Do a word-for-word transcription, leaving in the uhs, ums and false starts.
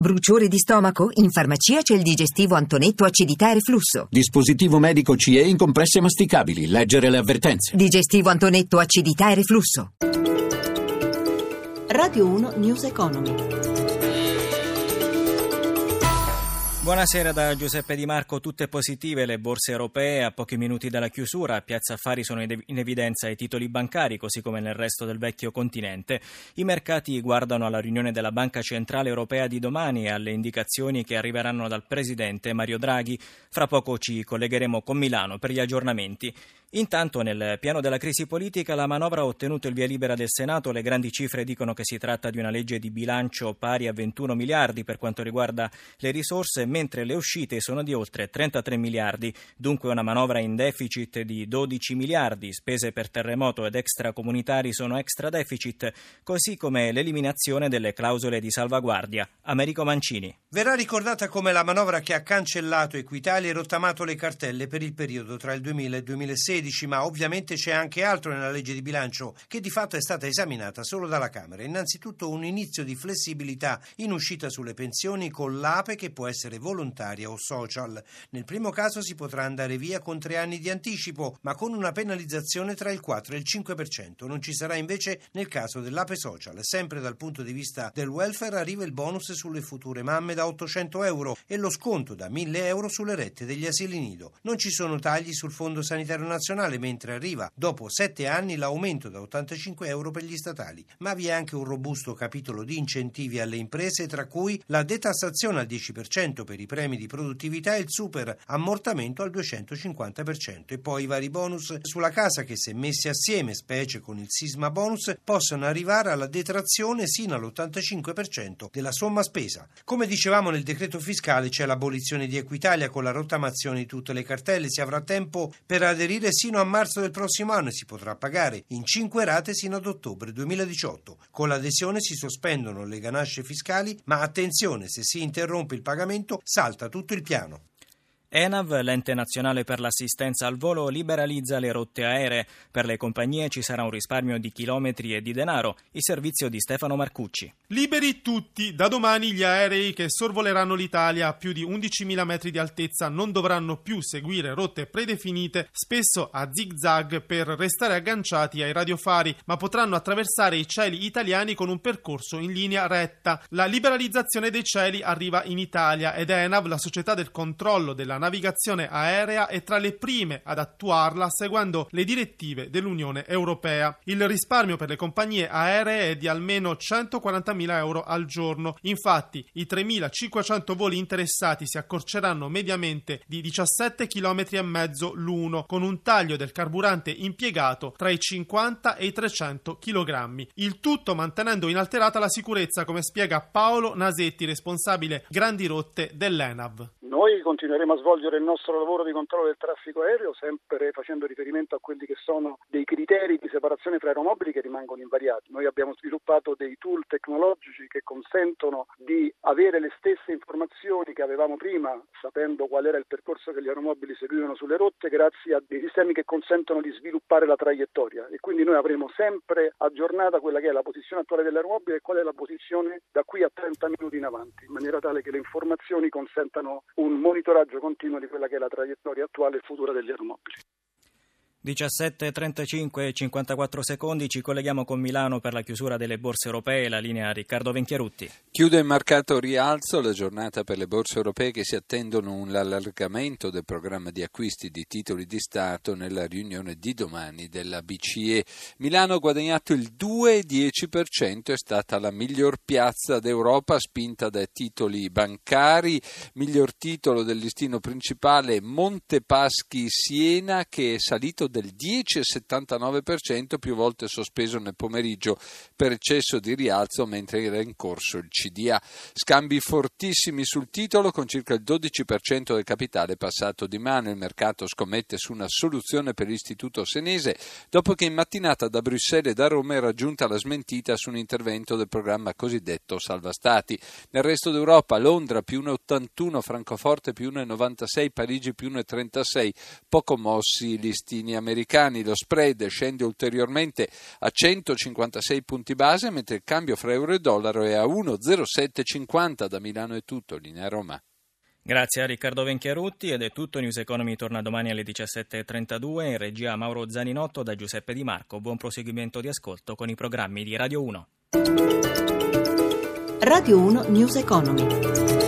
Bruciore di stomaco? In farmacia c'è il digestivo Antonetto acidità e reflusso. Dispositivo medico C E in compresse masticabili. Leggere le avvertenze. Digestivo Antonetto acidità e reflusso. Radio uno News Economy. Buonasera da Giuseppe Di Marco. Tutte positive le borse europee a pochi minuti dalla chiusura. A Piazza Affari sono in evidenza i titoli bancari, così come nel resto del vecchio continente. I mercati guardano alla riunione della Banca Centrale Europea di domani e alle indicazioni che arriveranno dal presidente Mario Draghi. Fra poco ci collegheremo con Milano per gli aggiornamenti. Intanto, nel piano della crisi politica, la manovra ha ottenuto il via libera del Senato. Le grandi cifre dicono che si tratta di una legge di bilancio pari a ventuno miliardi per quanto riguarda le risorse, mentre le uscite sono di oltre trentatré miliardi. Dunque una manovra in deficit di dodici miliardi. Spese per terremoto ed extracomunitari sono extra deficit, così come l'eliminazione delle clausole di salvaguardia. Americo Mancini. Verrà ricordata come la manovra che ha cancellato Equitalia e rottamato le cartelle per il periodo tra il duemila e il duemilasedici. Ma ovviamente c'è anche altro nella legge di bilancio che di fatto è stata esaminata solo dalla Camera. Innanzitutto un inizio di flessibilità in uscita sulle pensioni con l'A P E che può essere volontaria o social. Nel primo caso si potrà andare via con tre anni di anticipo, ma con una penalizzazione tra il quattro e il cinque per cento. Non ci sarà invece nel caso dell'A P E social. Sempre dal punto di vista del welfare arriva il bonus sulle future mamme da ottocento euro e lo sconto da mille euro sulle rette degli asili nido. Non ci sono tagli sul Fondo Sanitario Nazionale, mentre arriva dopo sette anni l'aumento da ottantacinque euro per gli statali. Ma vi è anche un robusto capitolo di incentivi alle imprese, tra cui la detassazione al dieci per cento per i premi di produttività e il super ammortamento al duecentocinquanta per cento, e poi i vari bonus sulla casa che, se messi assieme, specie con il sisma bonus, possono arrivare alla detrazione sino all'ottantacinque per cento della somma spesa. Come dicevamo, nel decreto fiscale c'è l'abolizione di Equitalia con la rottamazione di tutte le cartelle. Si avrà tempo per aderire sino a marzo del prossimo anno e si potrà pagare in cinque rate sino ad ottobre duemiladiciotto. Con l'adesione si sospendono le ganasce fiscali, ma attenzione, se si interrompe il pagamento salta tutto il piano. ENAV, l'ente nazionale per l'assistenza al volo, liberalizza le rotte aeree. Per le compagnie ci sarà un risparmio di chilometri e di denaro. Il servizio di Stefano Marcucci. Liberi tutti! Da domani gli aerei che sorvoleranno l'Italia a più di undicimila metri di altezza non dovranno più seguire rotte predefinite, spesso a zig-zag, per restare agganciati ai radiofari, ma potranno attraversare i cieli italiani con un percorso in linea retta. La liberalizzazione dei cieli arriva in Italia ed ENAV, la società del controllo della navigazione aerea, è tra le prime ad attuarla seguendo le direttive dell'Unione Europea. Il risparmio per le compagnie aeree è di almeno centoquarantamila euro al giorno. Infatti i tremilacinquecento voli interessati si accorceranno mediamente di diciassette chilometri e mezzo l'uno, con un taglio del carburante impiegato tra i cinquanta e i trecento chilogrammi. Il tutto mantenendo inalterata la sicurezza, come spiega Paolo Nasetti, responsabile grandi rotte dell'ENAV. Noi continueremo a svolgere il nostro lavoro di controllo del traffico aereo, sempre facendo riferimento a quelli che sono dei criteri di separazione fra aeromobili che rimangono invariati. Noi abbiamo sviluppato dei tool tecnologici che consentono di avere le stesse informazioni che avevamo prima, sapendo qual era il percorso che gli aeromobili seguivano sulle rotte, grazie a dei sistemi che consentono di sviluppare la traiettoria, e quindi noi avremo sempre aggiornata quella che è la posizione attuale dell'aeromobile e qual è la posizione da qui a trenta minuti in avanti, in maniera tale che le informazioni consentano un monitoraggio continuo di quella che è la traiettoria attuale e futura degli aeromobili. diciassette e trentacinque e cinquantaquattro secondi, ci colleghiamo con Milano per la chiusura delle borse europee. La linea a Riccardo Venchiarutti. Chiude il mercato rialzo la giornata per le borse europee, che si attendono un allargamento del programma di acquisti di titoli di Stato nella riunione di domani della B C E. Milano ha guadagnato il due virgola dieci per cento, è stata la miglior piazza d'Europa, spinta dai titoli bancari. Miglior titolo del listino principale Montepaschi Siena, che è salito del dieci virgola settantanove per cento, più volte sospeso nel pomeriggio per eccesso di rialzo mentre era in corso il C D A. Scambi fortissimi sul titolo, con circa il dodici per cento del capitale passato di mano. Il mercato scommette su una soluzione per l'istituto senese, dopo che in mattinata da Bruxelles e da Roma è raggiunta la smentita su un intervento del programma cosiddetto Salva Stati. Nel resto d'Europa, Londra più uno virgola ottantuno, Francoforte più uno virgola novantasei, Parigi più uno virgola trentasei, poco mossi i listini americani. Lo spread scende ulteriormente a centocinquantasei punti base, mentre il cambio fra euro e dollaro è a uno virgola zero sette cinquanta. Da Milano è tutto, linea Roma. Grazie a Riccardo Venchiarutti, ed è tutto. News Economy torna domani alle diciassette e trentadue, in regia Mauro Zaninotto, da Giuseppe Di Marco. Buon proseguimento di ascolto con i programmi di Radio uno. Radio uno News Economy.